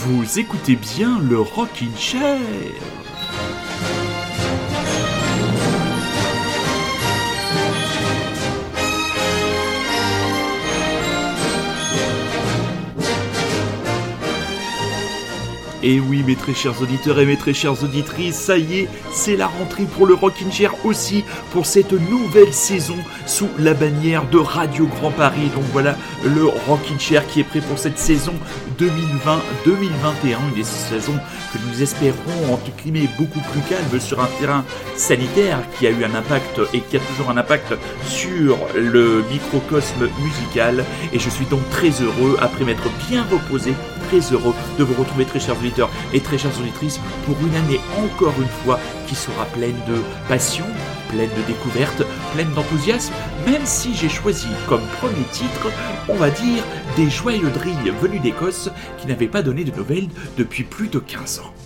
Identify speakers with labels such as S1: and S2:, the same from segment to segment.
S1: Vous écoutez bien le Rockin' Chair. Et oui, mes très chers auditeurs et mes très chères auditrices, ça y est, c'est la rentrée pour le Rockin' Chair aussi, pour cette nouvelle saison sous la bannière de Radio Grand Paris. Donc voilà, le Rockin' Chair qui est prêt pour cette saison 2020-2021, une saison que nous espérons entre guillemets beaucoup plus calme sur un terrain sanitaire qui a eu un impact et qui a toujours un impact sur le microcosme musical. Et je suis donc très heureux, après m'être bien reposé, très heureux de vous retrouver, très chers auditeurs et très chères auditrices, pour une année encore une fois qui sera pleine de passion, pleine de découvertes, pleine d'enthousiasme, même si j'ai choisi comme premier titre, on va dire, des joyeuseries venues d'Écosse qui n'avaient pas donné de nouvelles depuis plus de 15 ans.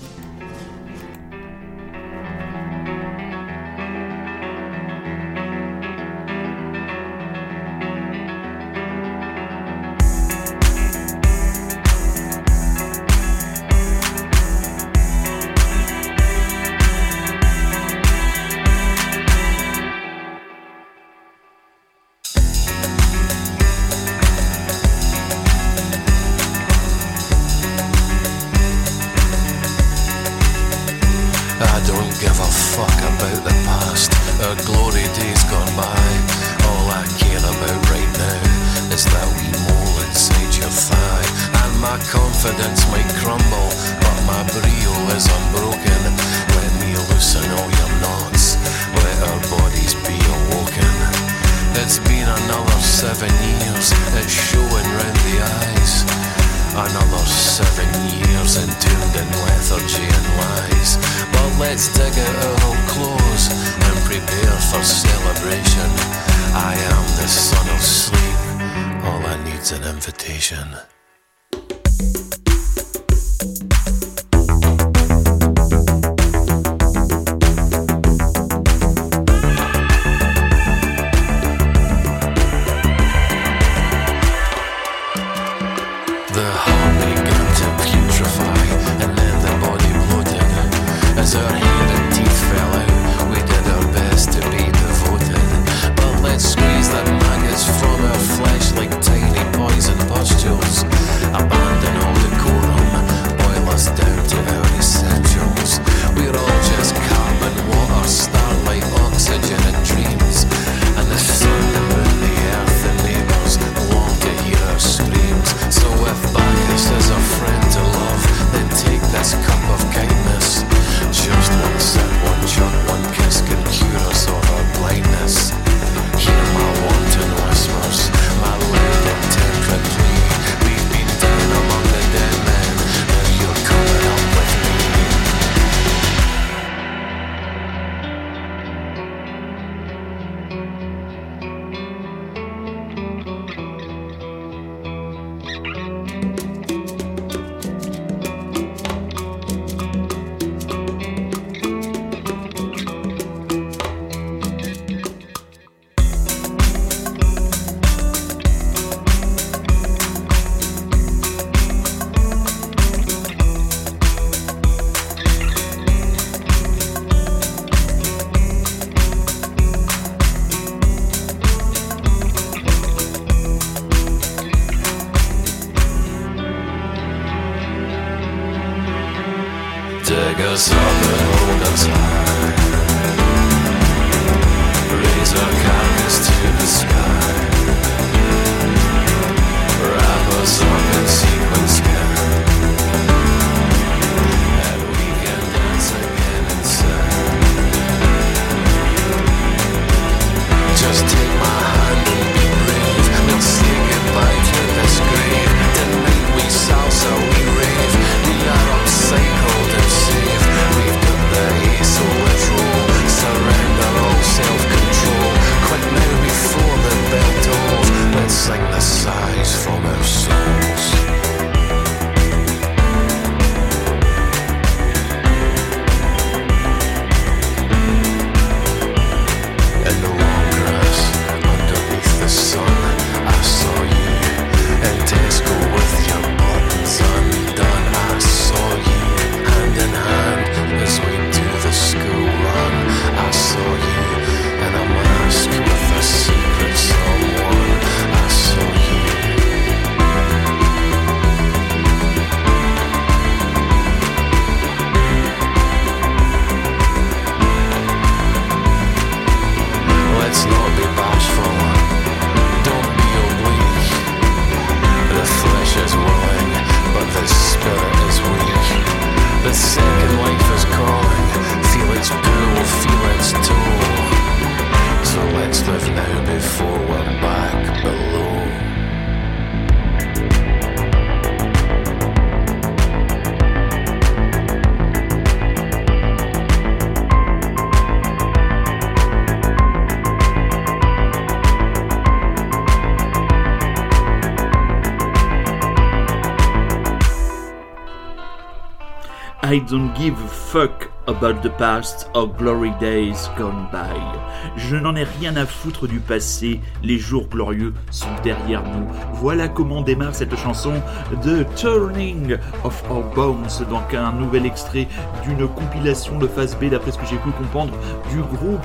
S1: I don't give a fuck about the past or glory days gone by. Je n'en ai rien à foutre du passé, les jours glorieux sont derrière nous. Voilà comment démarre cette chanson de Turning of Our Bones, donc un nouvel extrait d'une compilation de phase B, d'après ce que j'ai pu comprendre, du groupe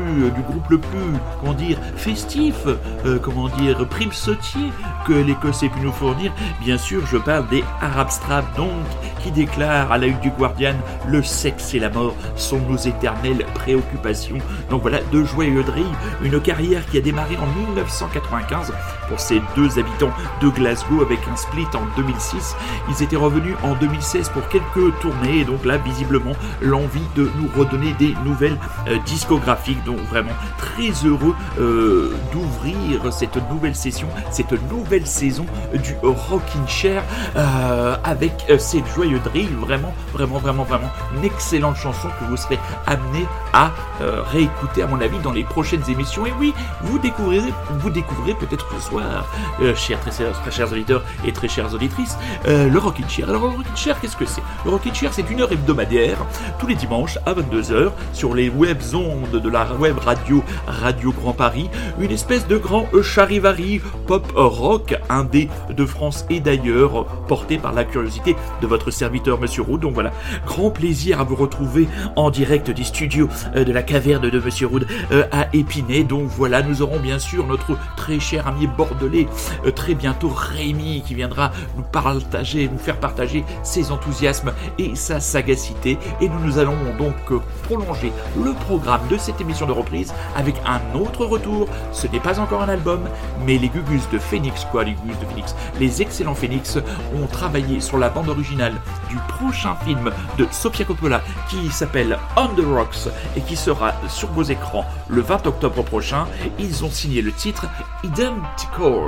S1: le plus, comment dire, festif, prime sautier que l'Écosse ait pu nous fournir. Bien sûr, je parle des Arab Strap, donc, qui déclarent à la une du Guardian: le sexe et la mort sont nos éternelles préoccupations. Donc voilà, de joyeux drilles, une carrière qui a démarré en 1995 pour ces deux habitants de Glasgow avec un split en 2006. Ils étaient revenus en 2016 pour quelques tournées et donc là, visiblement, l'envie de nous redonner des nouvelles discographiques. Donc vraiment très heureux d'ouvrir cette nouvelle session, cette nouvelle saison du Rockin' Chair avec ces joyeux drills. Vraiment une excellente chanson que vous serez amené à réécouter à mon avis dans les prochaines émissions. Et oui, vous découvrirez peut-être ce soir, très chers auditeurs et très chères auditrices, le Rockin' Chair. Alors le Rockin' Chair, qu'est-ce que c'est? Le Rockin' Chair, c'est une heure hebdomadaire tous les dimanches à 22h sur les web ondes de la web radio Grand Paris, une espèce de grand charivari pop rock indé de France et d'ailleurs, porté par la curiosité de votre serviteur Monsieur Roud. Donc voilà, grand plaisir à vous retrouver en direct des studios de la caverne de Monsieur Roud à Épinay. Donc voilà, nous aurons bien sûr notre très cher ami bordelais très bientôt, Rémi, qui viendra nous faire partager ses enthousiasmes et sa sagacité. Et nous allons donc prolonger le programme de cette émission de reprise avec un autre retour. Ce n'est pas encore un album, mais les Gugus de Phoenix, les excellents Phoenix ont travaillé sur la bande originale du prochain film de Sofia Coppola qui s'appelle On the Rocks et qui sera sur vos écrans le 20 octobre prochain. Ils ont signé le titre Identical.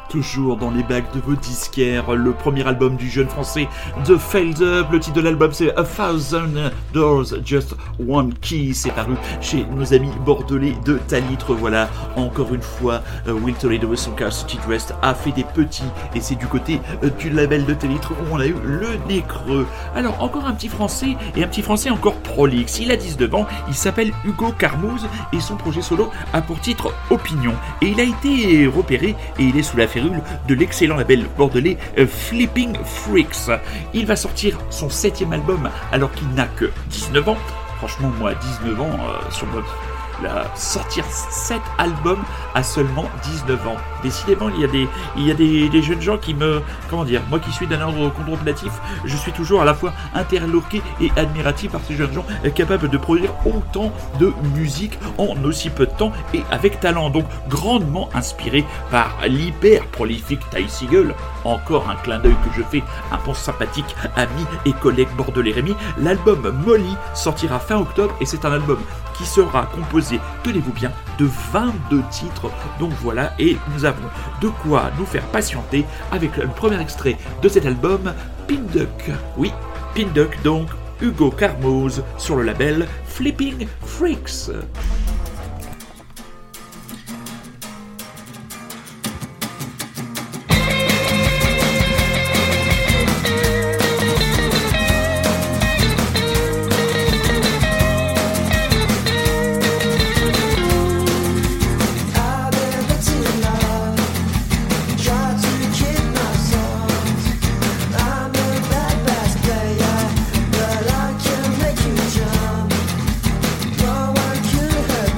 S1: toujours dans les bacs de vos disquaires, le premier album du jeune français The Failed Up. Le titre de l'album c'est A Thousand Doors, Just One Key. C'est paru chez nos amis bordelais de Talitre. Voilà, encore une fois, Will Toledo et son Car City Dressed a fait des petits, et c'est du côté du label de Talitre où on a eu le nez creux. Alors, encore un petit français, et un petit français encore prolixe. Il a 19 ans, il s'appelle Hugo Carmouze, et son projet solo a pour titre Opinion. Et il a été repéré, et il est sous la férule de l'excellent label bordelais Flipping Freaks. Il va sortir son 7e album alors qu'il n'a que 19 ans. Franchement, moi, 19 ans, sur sortir 7 albums à seulement 19 ans. Décidément, il y a des jeunes gens qui me... Comment dire, moi qui suis d'un ordre contemplatif, je suis toujours à la fois interloqué et admiratif par ces jeunes gens capables de produire autant de musique en aussi peu de temps et avec talent. Donc, grandement inspiré par l'hyper prolifique Ty Segall. Encore un clin d'œil que je fais à mon sympathique ami et collègue bordelais Rémi. L'album Molly sortira fin octobre et c'est un album qui sera composé, tenez-vous bien, de 22 titres. Donc voilà, et nous avons de quoi nous faire patienter avec le premier extrait de cet album, Pin Duck. Oui, Pin Duck, donc Hugo Carmouze sur le label Flipping Freaks.
S2: No one could hurt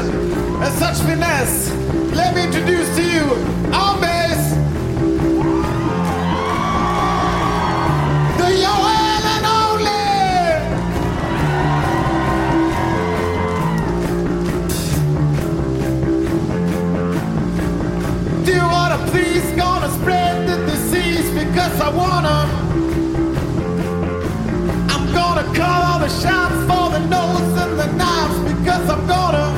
S2: and such finesse. Let me introduce to you our bass, the Yoel and only. Do you wanna please gonna spread the disease because I wanna. I'm gonna call all the shots for the nose and the knives because I'm gonna.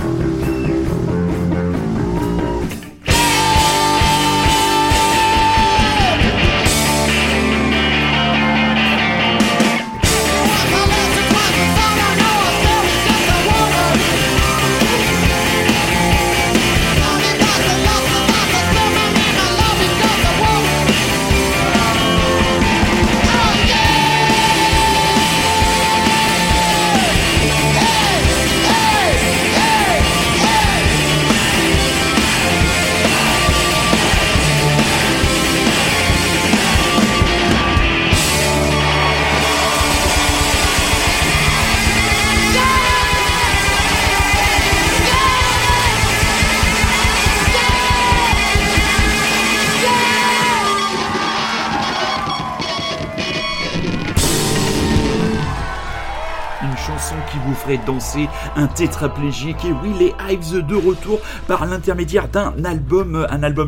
S1: Qui vous ferait danser un tétraplégique. Et oui, les Hives de retour par l'intermédiaire d'un album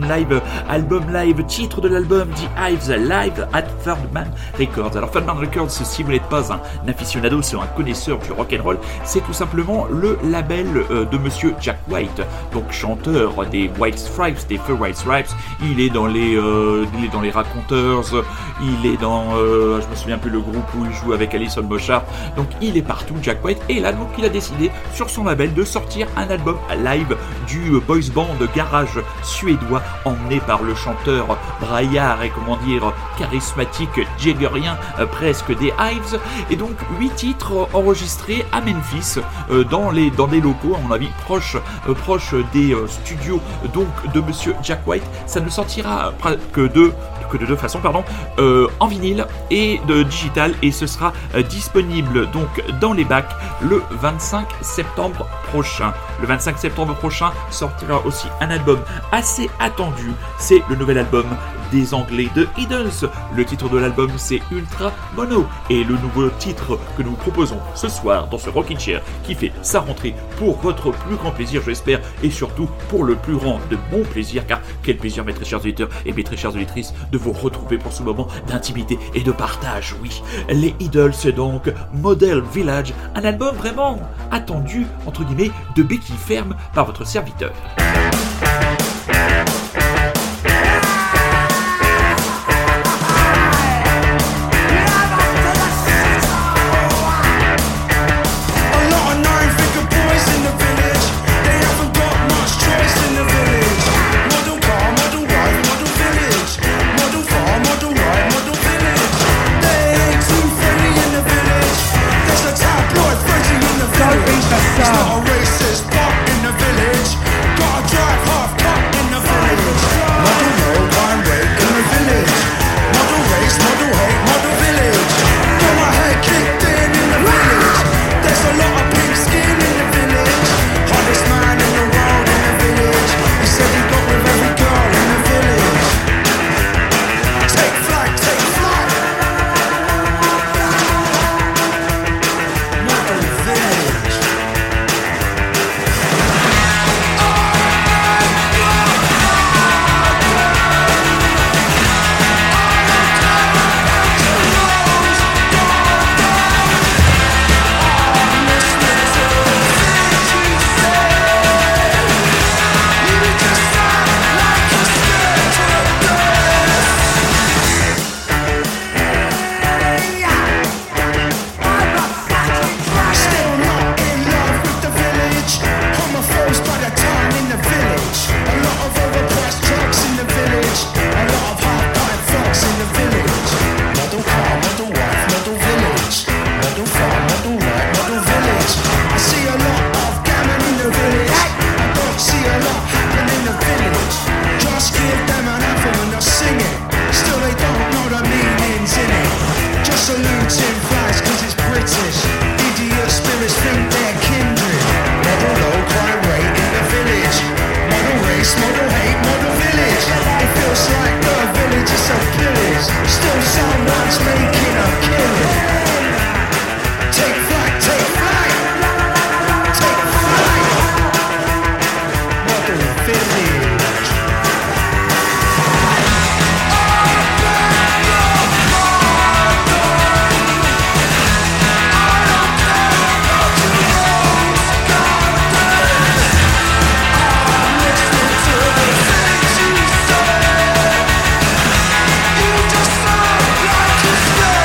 S1: live, titre de l'album The Hives Live at Third Man Records. Alors Third Man Records, si vous n'êtes pas un aficionado, c'est un connaisseur du rock'n'roll, c'est tout simplement le label de monsieur Jack White, donc chanteur des White Stripes, des Fur White Stripes. Il est dans les Raconteurs, il est dans je me souviens plus le groupe où il joue avec Alison Moshart, donc il est partout Jack White. Et là donc il a décidé sur son label de sortir un album live du boys band garage suédois emmené par le chanteur braillard et charismatique jaggerien presque des Hives. Et donc 8 titres enregistrés à Memphis dans des locaux à mon avis proches des studios donc de monsieur Jack White. Ça ne sortira que de deux façons en vinyle et de digital, et ce sera disponible donc dans les bacs le 25 septembre prochain. Le 25 septembre prochain sortira aussi un album assez attendu, c'est le nouvel album des Anglais de Idols. Le titre de l'album c'est Ultra Mono, et le nouveau titre que nous vous proposons ce soir dans ce Rockin' Chair qui fait sa rentrée pour votre plus grand plaisir, je l'espère, et surtout pour le plus grand de mon plaisir, car quel plaisir mes très chers auditeurs et mes très chères auditrices de vous retrouver pour ce moment d'intimité et de partage. Oui, les Idols, donc Model Village, un album vraiment attendu entre guillemets de béquille ferme par votre serviteur.
S2: It's not a racist, but in the village, gotta drive half cut in the village. Stay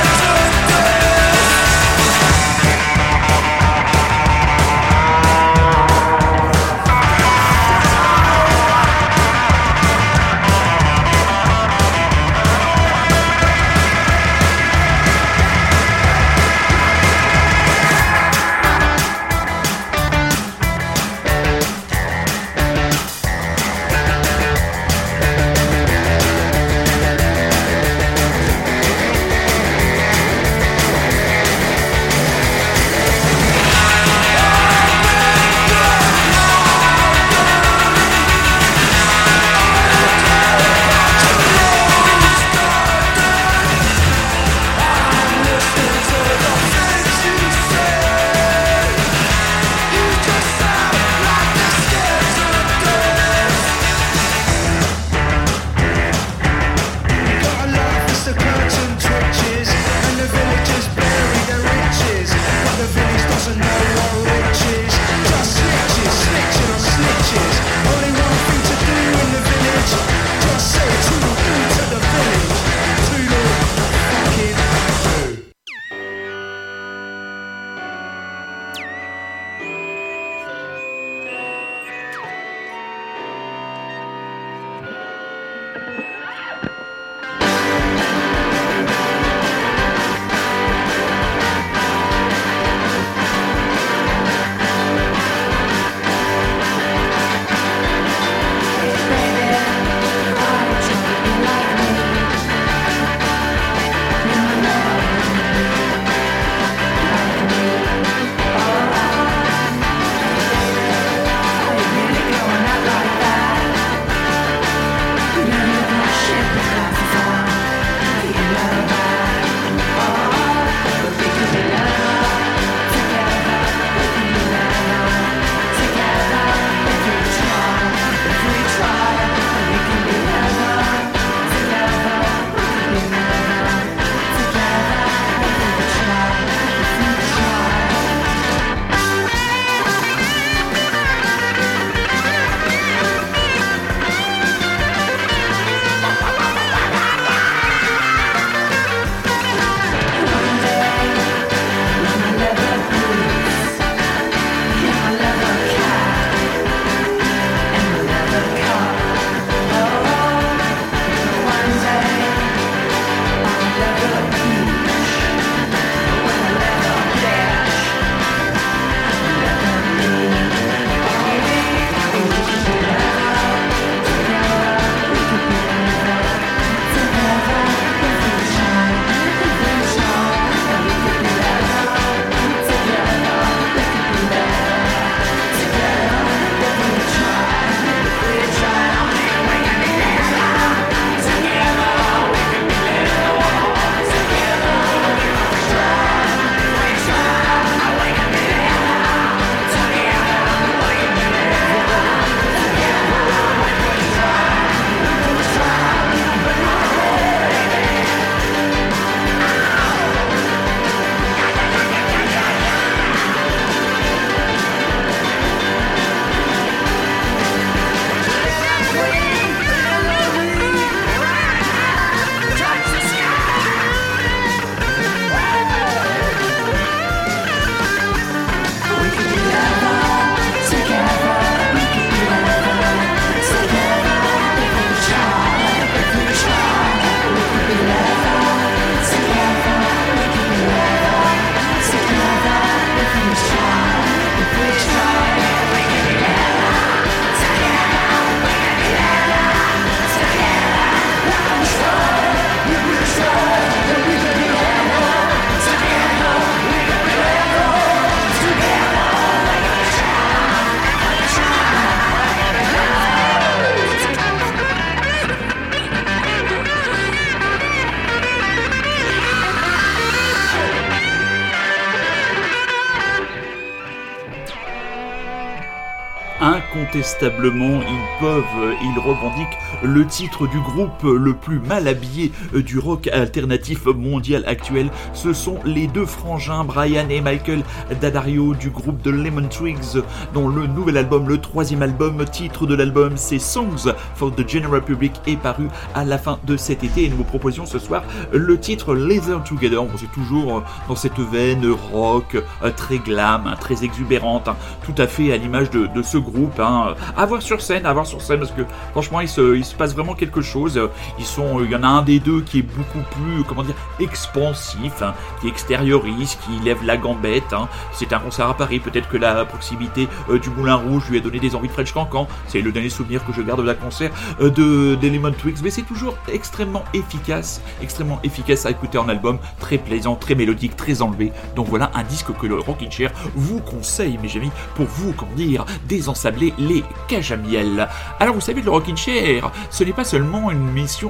S1: incontestablement, ils revendiquent le titre du groupe le plus mal habillé du rock alternatif mondial actuel. Ce sont les deux frangins Brian et Michael D'Addario du groupe de Lemon Twigs, dont le nouvel album, le 3e album, titre de l'album, c'est Songs for the General Public, est paru à la fin de cet été, et nous vous proposions ce soir le titre Leather Together. Bon, c'est toujours dans cette veine rock, très glam, très exubérante, tout à fait à l'image de ce groupe, à voir sur scène, parce que franchement il se passe vraiment quelque chose. Il y en a un des deux qui est beaucoup plus, expansif, qui extériorise, qui lève la gambette. C'est un concert à Paris, peut-être que la proximité du Moulin Rouge lui a donné des envies de French Cancan. C'est le dernier souvenir que je garde de la concert des Lemon Twigs, mais c'est toujours extrêmement efficace à écouter en album, très plaisant, très mélodique, très enlevé. Donc voilà un disque que le Rockin' Chair vous conseille, mes amis, pour vous, désensabler les cages à miel. Alors vous savez, le Rockin' Chair, ce n'est pas seulement une émission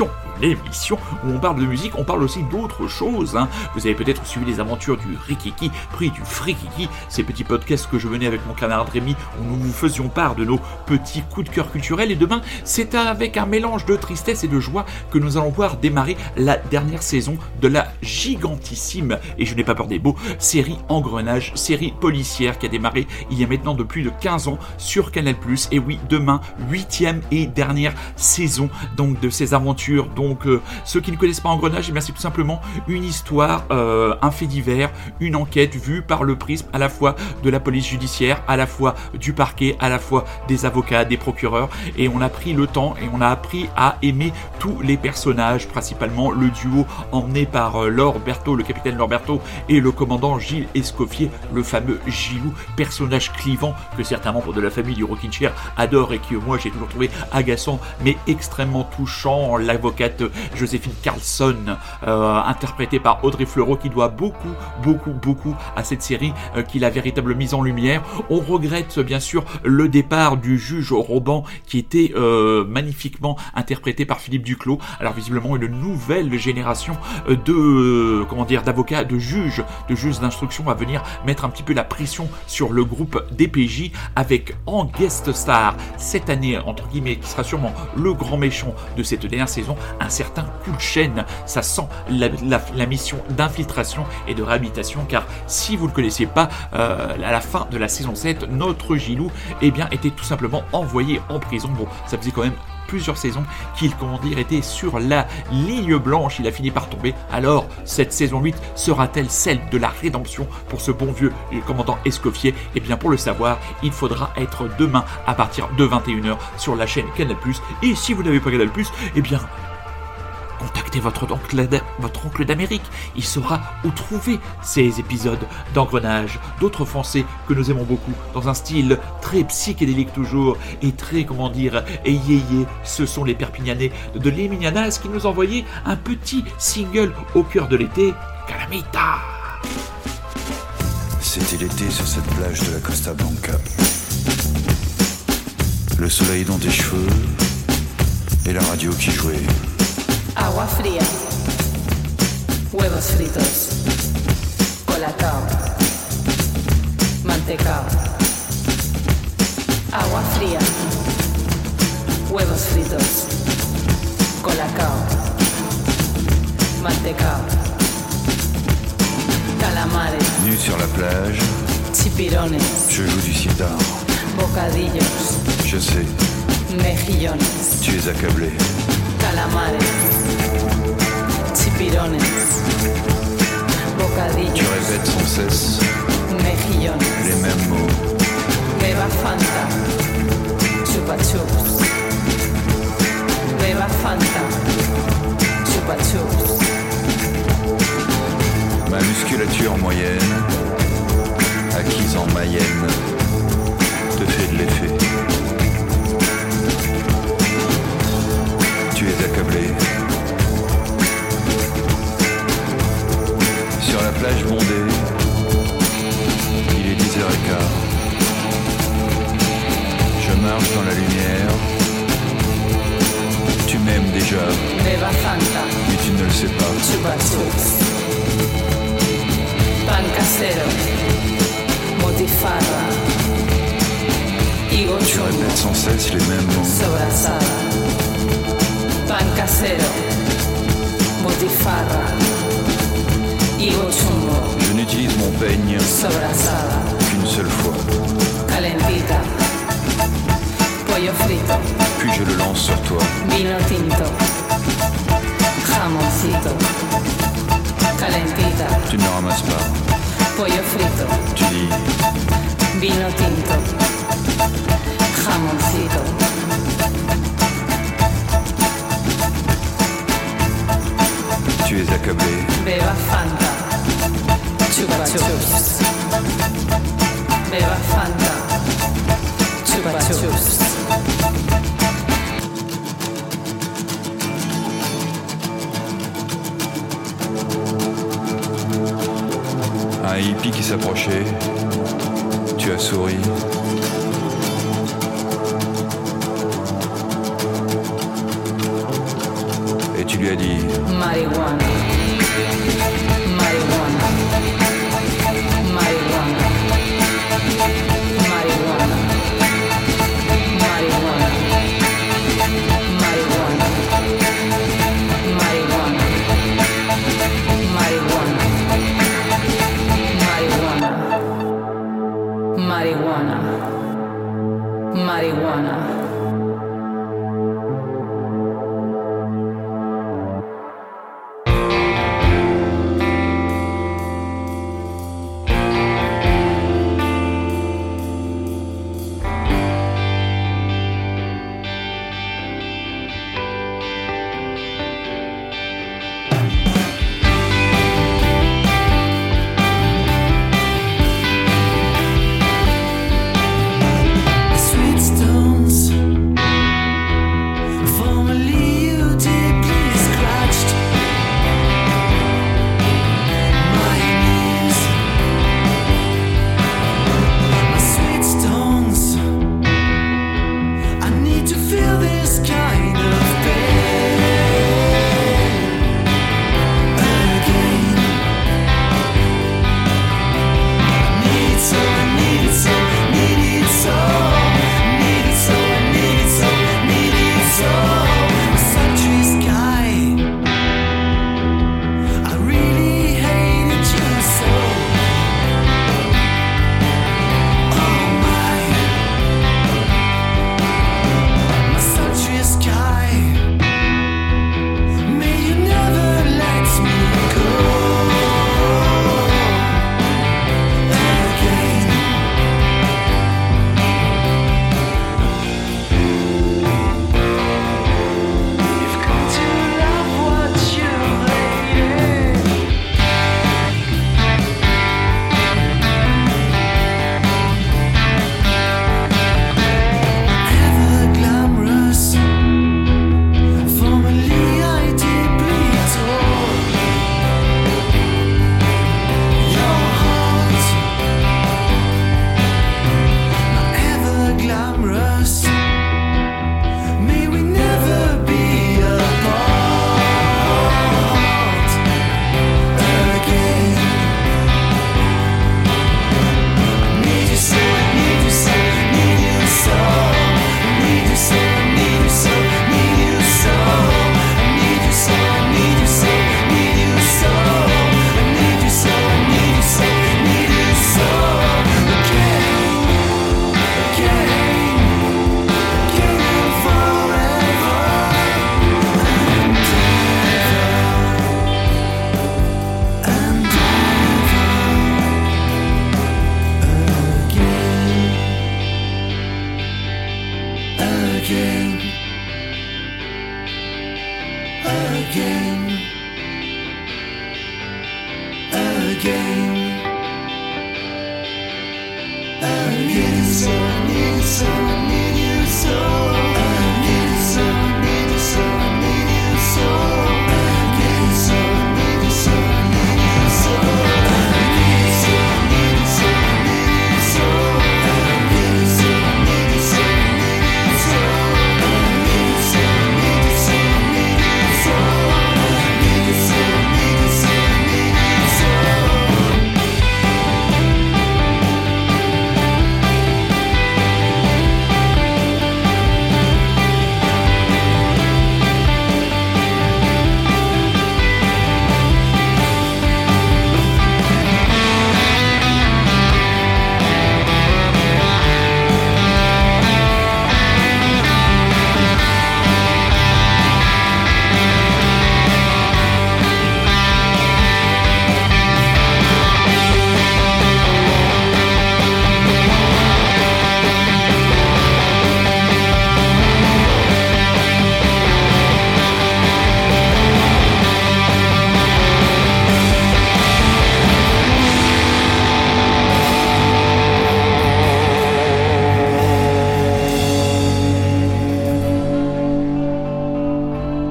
S1: où on parle de musique, on parle aussi d'autres choses. Vous avez peut-être suivi les aventures du Rikiki, puis du Frikiki, ces petits podcasts que je menais avec mon camarade Rémi, où nous vous faisions part de nos petits coups de cœur culturels. Et demain, c'est avec un mélange de tristesse et de joie que nous allons voir démarrer la dernière saison de la gigantissime, et je n'ai pas peur des mots, série Engrenage, série policière qui a démarré il y a maintenant de plus de 15 ans sur Canal+. Et oui, demain, 8e et dernière saison donc de ces aventures. Donc ceux qui ne connaissent pas Engrenage, eh bien, c'est tout simplement une histoire, un fait divers, une enquête vue par le prisme à la fois de la police judiciaire, à la fois du parquet, à la fois des avocats, des procureurs, et on a pris le temps et on a appris à aimer tous les personnages, principalement le duo emmené par Laure Berthaud, le capitaine Laure Berthaud, et le commandant Gilles Escoffier, le fameux Gilou, personnage clivant que certains membres de la famille du Rockin' Chair adorent et que moi j'ai toujours trouvé agaçant mais extrêmement touchant. L'avocate Joséphine Carlson, interprétée par Audrey Fleurot, qui doit beaucoup à cette série qu'il a véritablement mise en lumière. On regrette bien sûr le départ du juge Roban, qui était magnifiquement interprété par Philippe Duclos. Alors visiblement une nouvelle génération d'avocats, de juges d'instruction va venir mettre un petit peu la pression sur le groupe DPJ, avec en guest star cette année, entre guillemets, qui sera sûrement le grand méchant de cette dernière saison, un certain Kulchen. Ça sent la mission d'infiltration et de réhabilitation, car si vous ne le connaissiez pas, à la fin de la saison 7, notre Gilou était tout simplement envoyé en prison. Bon, ça faisait quand même plusieurs saisons qu'il, était sur la ligne blanche. Il a fini par tomber. Alors, cette saison 8 sera-t-elle celle de la rédemption pour ce bon vieux commandant Escoffier? Eh bien, pour le savoir, il faudra être demain à partir de 21h sur la chaîne Canal+. Et si vous n'avez pas Canal+, eh bien, contactez votre oncle d'Amérique. Il saura où trouver ces épisodes d'Engrenage, d'autres Français que nous aimons beaucoup, dans un style très psychédélique toujours, et très, yéyé. Ce sont les Perpignanais de l'Emilianas qui nous envoyaient un petit single au cœur de l'été, Calamita.
S3: C'était l'été sur cette plage de la Costa Blanca. Le soleil dans tes cheveux et la radio qui jouait.
S4: Agua fría, huevos fritos, colacao, mantecao. Agua fría, huevos fritos, colacao, mantecao. Calamares,
S3: Nu sur la plage,
S4: chipirones,
S3: je joue du sitar.
S4: bocadillos,
S3: Je sais,
S4: mejillones.
S3: tu es accablé.
S4: Calamares, chipirones,
S3: Tu
S4: bocadillos,
S3: répètes sans cesse
S4: mejillones.
S3: les mêmes mots.
S4: Beba Fanta, chupa chups. Beba Fanta, chupa chups.
S3: Ma musculature moyenne, acquise en Mayenne, te fait de l'effet. Tu es accablé. Sur la plage bondée, il est 10h15. Je marche dans la lumière. Tu m'aimes déjà,
S4: Beba Fanta,
S3: mais tu ne le sais pas.
S4: chupa chups. Pan casero, motifarra y higo
S3: Tu
S4: chumbo,
S3: répètes sans cesse les mêmes mots.
S4: sobrasada, pan casero, botifarra, higo chumbo,
S3: Je n'utilise mon peigne
S4: sobrasada,
S3: qu'une seule fois,
S4: calentita, pollo frito,
S3: puis je le lance sur toi.
S4: vino tinto, jamoncito, calentita,
S3: Tu ne le ramasses pas.
S4: pollo frito,
S3: Tu dis,
S4: vino tinto, jamoncito.
S3: tu es accablé.
S4: Beba Fanta, chupa chups. Beba Fanta, chupa chups.
S3: Un hippie qui s'approchait. Tu as souri. Et tu lui as dit,
S4: Marihuana, marihuana, marihuana, marihuana, marihuana, marihuana, marihuana, marihuana, marihuana, marihuana.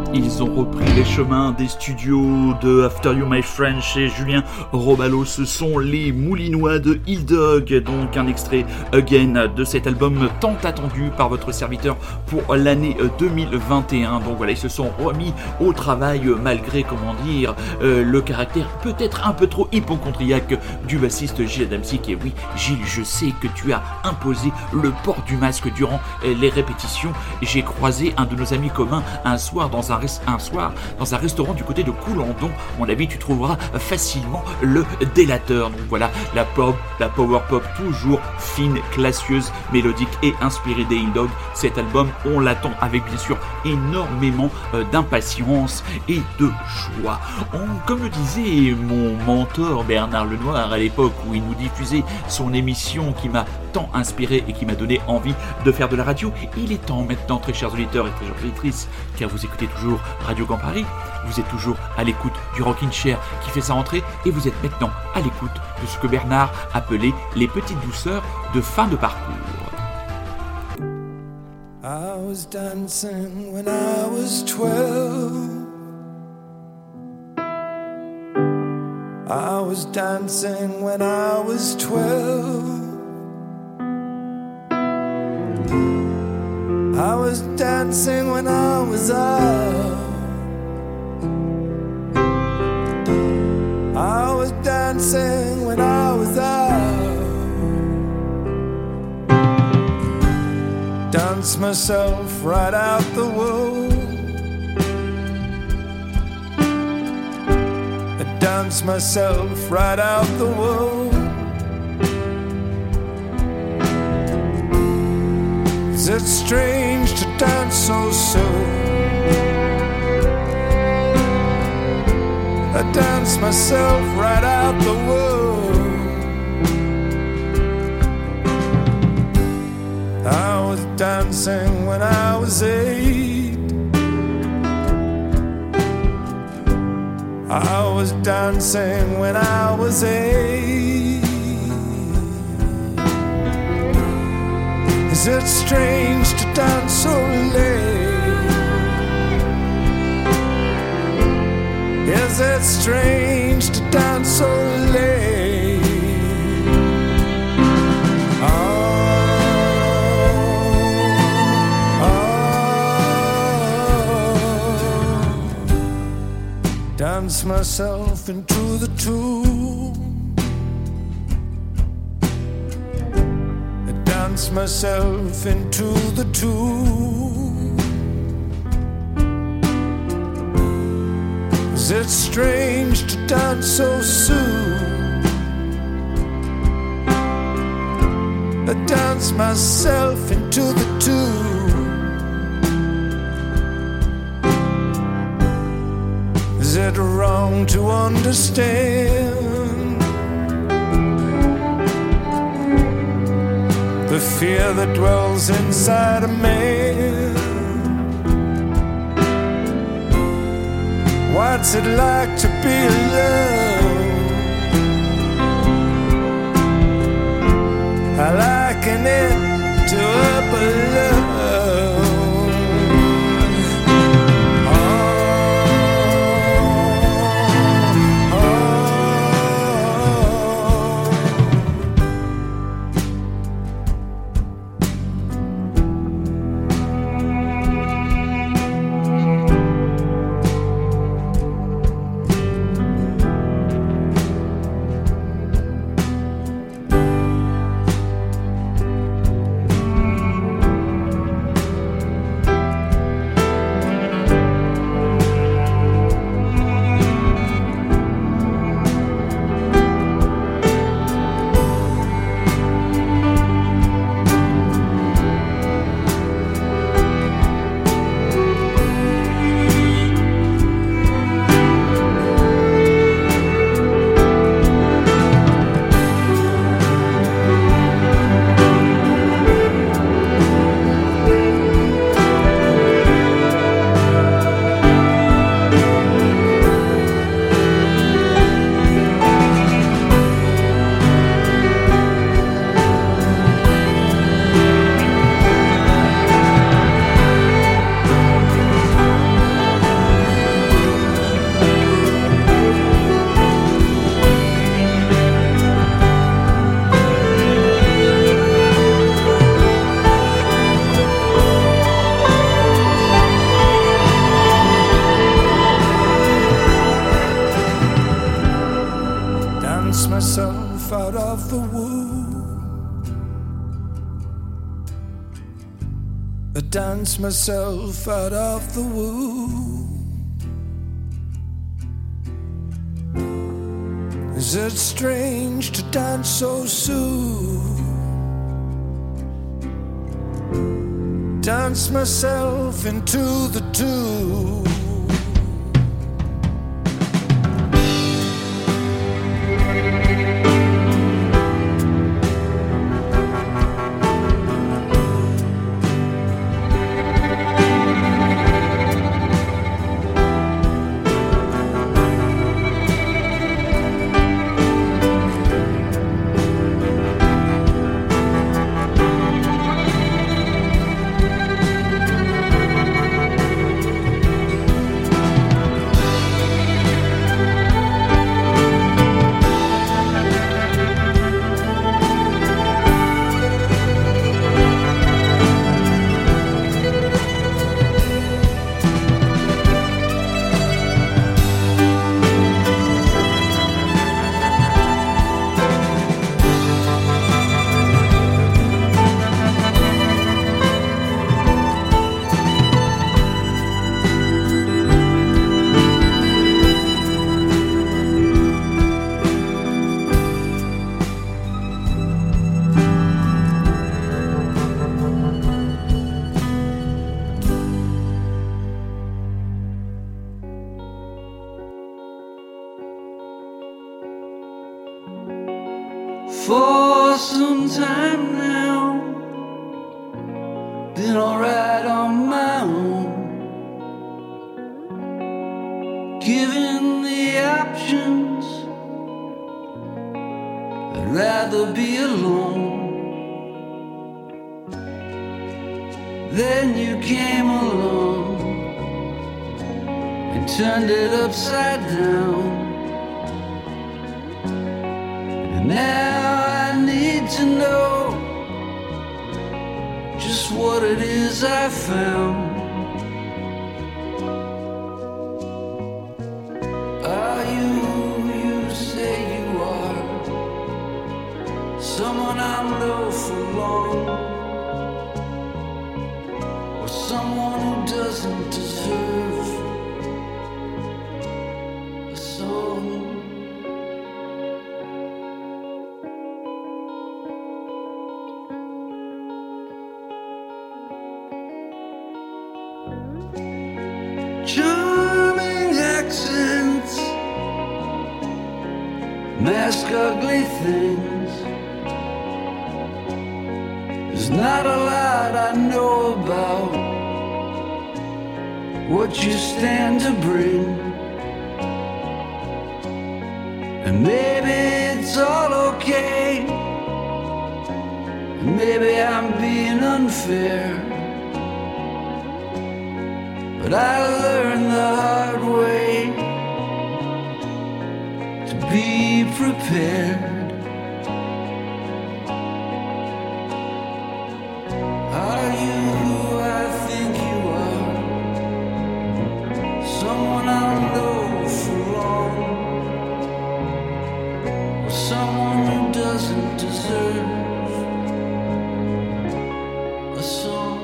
S1: Ils ont repris les chemins des studios de After You My Friend chez Julien Robalo. Ce sont les Moulinois de Hill Dog, donc un extrait Again de cet album tant attendu par votre serviteur pour l'année 2021. Donc voilà, ils se sont remis au travail malgré, comment dire, le caractère peut-être un peu trop hypochondriaque du bassiste Gilles Adamczyk. Et oui, Gilles, je sais que tu as imposé le port du masque durant les répétitions. J'ai croisé un de nos amis communs un soir dans un restaurant du côté de Coulandon. À mon avis, tu trouveras facilement le délateur. Donc voilà, la power pop toujours fine, classieuse, mélodique et inspirée des Hill Dog. Cet album, on l'attend avec bien sûr énormément d'impatience et de joie. Comme le disait mon mentor Bernard Lenoir à l'époque où il nous diffusait son émission qui m'a tant inspiré et qui m'a donné envie de faire de la radio, il est temps maintenant, très chers auditeurs et très chères auditrices, car vous écoutez toujours Radio Grand Paris, vous êtes toujours à l'écoute du Rockin' Chair qui fait sa rentrée et vous êtes maintenant à l'écoute de ce que Bernard appelait les petites douceurs de fin de parcours.
S2: I was dancing when I was 12. I was dancing when I was 12. I was dancing when I was out. I was dancing when I was out. Dance myself right out the womb. I dance myself right out the womb. Is it strange to dance so soon? I dance myself right out the womb. I was dancing when I was 8. I was dancing when I was 8. Is it strange to dance so late? Is it strange to dance so late? Dance myself into the tomb. I dance myself into the tomb. Is it strange to dance so soon? I dance myself into the tomb. Is it wrong to understand the fear that dwells inside a man? What's it like to be alone? I liken it to up alone.
S5: dance myself out of the womb. Is it strange to dance so soon? Dance myself into the tune.
S6: For some time now, been alright on my own. Given the options, I'd rather be alone. Then you came along and turned it upside down. And now I need to know just what it is I found. Are you who you say you are? Someone I'll know for long, or someone who doesn't deserve a song? Charming accents mask ugly things. There's not a lot I know about what you stand to bring. And maybe it's all okay, and maybe I'm being unfair, but I learned the hard way to be prepared. Are you who I think you are? Someone I'll know for long, or someone who doesn't deserve a song?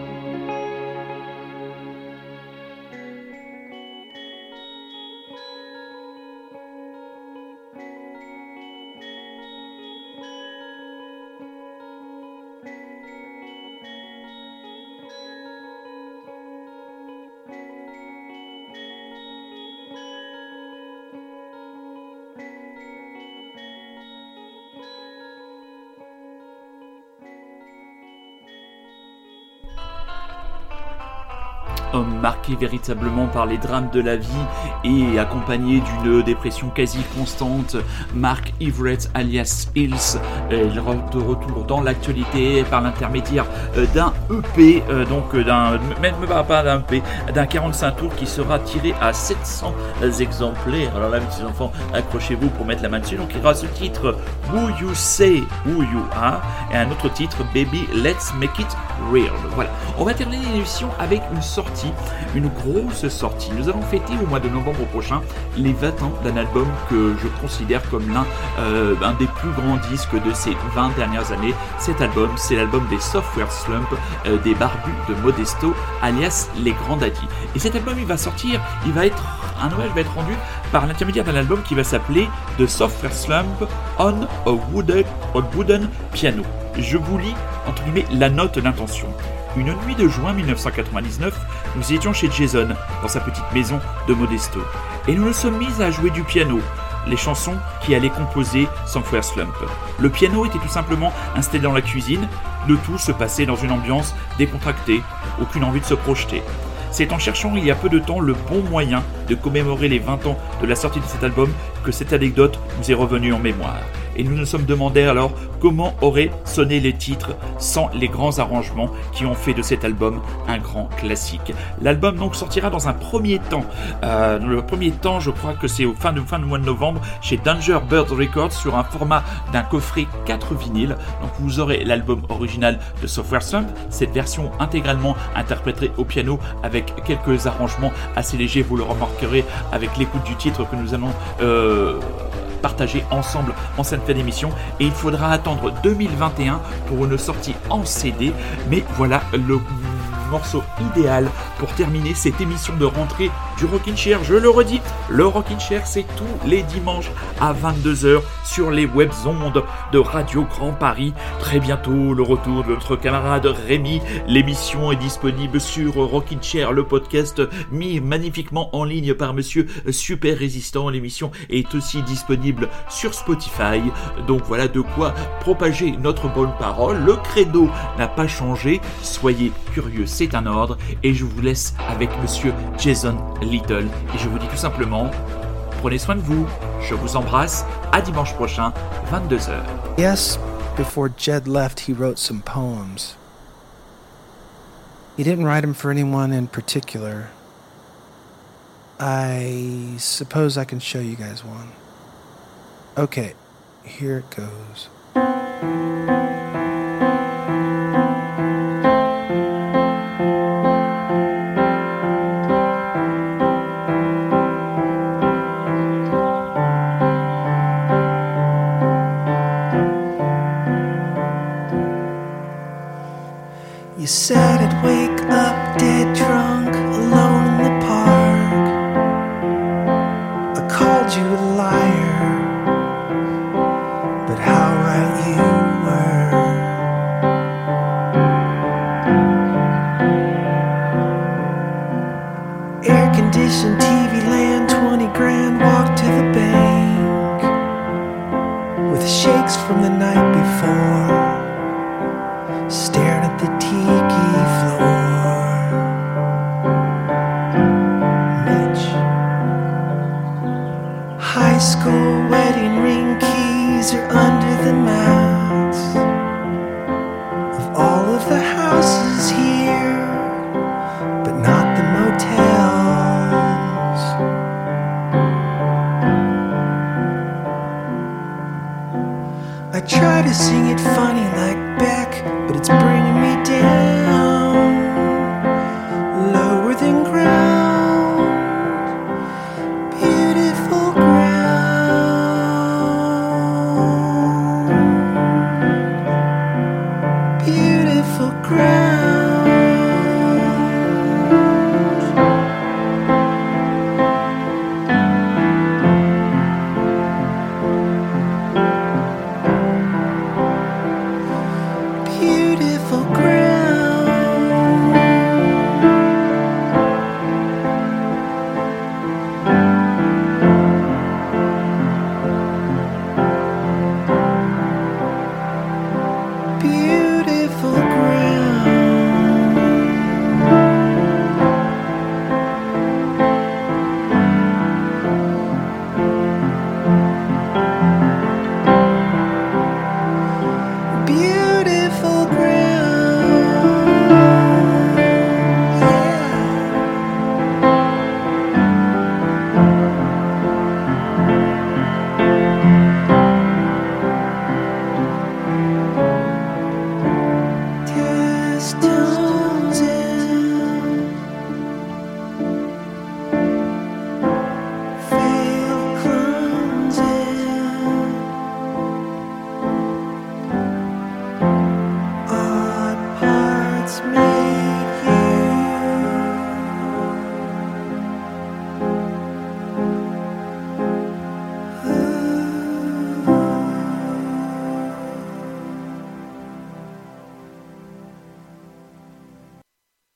S1: Homme marqué véritablement par les drames de la vie et accompagné d'une dépression quasi constante, Mark Everett alias Hills est de retour dans l'actualité par l'intermédiaire d'un EP, donc même pas d'un EP, d'un 45 tours qui sera tiré à 700 exemplaires. Alors là, mes petits enfants, accrochez-vous pour mettre la main dessus. Donc il y aura ce titre Who You Say Who You Are et un autre titre Baby Let's Make It Real. Voilà, on va terminer l'émission avec une sortie aussi une grosse sortie. Nous allons fêter au mois de novembre prochain les 20 ans d'un album que je considère comme l'un des plus grands disques de ces 20 dernières années. Cet album, c'est l'album des Software Slump, des barbus de Modesto, alias les Grands Daddy. Et cet album, il va sortir, un hommage va être rendu par l'intermédiaire d'un album qui va s'appeler The Software Slump on a Wooden Piano. Je vous lis, entre guillemets, la note d'intention. Une nuit de juin 1999, nous étions chez Jason, dans sa petite maison de Modesto, et nous nous sommes mis à jouer du piano, les chansons qui allaient composer Software Slump. Le piano était tout simplement installé dans la cuisine, le tout se passait dans une ambiance décontractée, aucune envie de se projeter. C'est en cherchant il y a peu de temps le bon moyen de commémorer les 20 ans de la sortie de cet album que cette anecdote nous est revenue en mémoire. Et nous nous sommes demandé alors comment auraient sonné les titres sans les grands arrangements qui ont fait de cet album un grand classique. L'album donc sortira dans un premier temps. Le premier temps, je crois que c'est au fin du mois de novembre chez Danger Bird Records sur un format d'un coffret 4 vinyles. Donc vous aurez l'album original de Software Slump, cette version intégralement interprétée au piano avec quelques arrangements assez légers, vous le remarquerez avec l'écoute du titre que nous allons partager ensemble en cette fin d'émission, et il faudra attendre 2021 pour une sortie en CD, mais voilà le morceau idéal pour terminer cette émission de rentrée du Rockin' Chair. Je le redis, le Rockin' Chair, c'est tous les dimanches à 22h sur les web ondes de Radio Grand Paris. Très bientôt, le retour de notre camarade Rémi. L'émission est disponible sur Rockin' Chair, le podcast mis magnifiquement en ligne par Monsieur Super Résistant. L'émission est aussi disponible sur Spotify. Donc voilà de quoi propager notre bonne parole. Le credo n'a pas changé. Soyez curieux, c'est un ordre. Et je vous laisse avec Monsieur Jason Little. Et je vous dis tout simplement, prenez soin de vous. Je vous embrasse. À dimanche prochain, 22h.
S5: Yes, before Jed left, he wrote some poems. He didn't write them for anyone in particular. I suppose I can show you guys one. Okay, here it goes. You said I'd wake up dead drunk, alone in the park. I called you a liar, but how right you were. Air-conditioned TV land, 20 grand, walk to the bank with shakes from the night before. Staring at the tiki floor. Mitch. High school wedding ring keys are under the mats of all of the houses here, but not the motels. I try to sing it fine.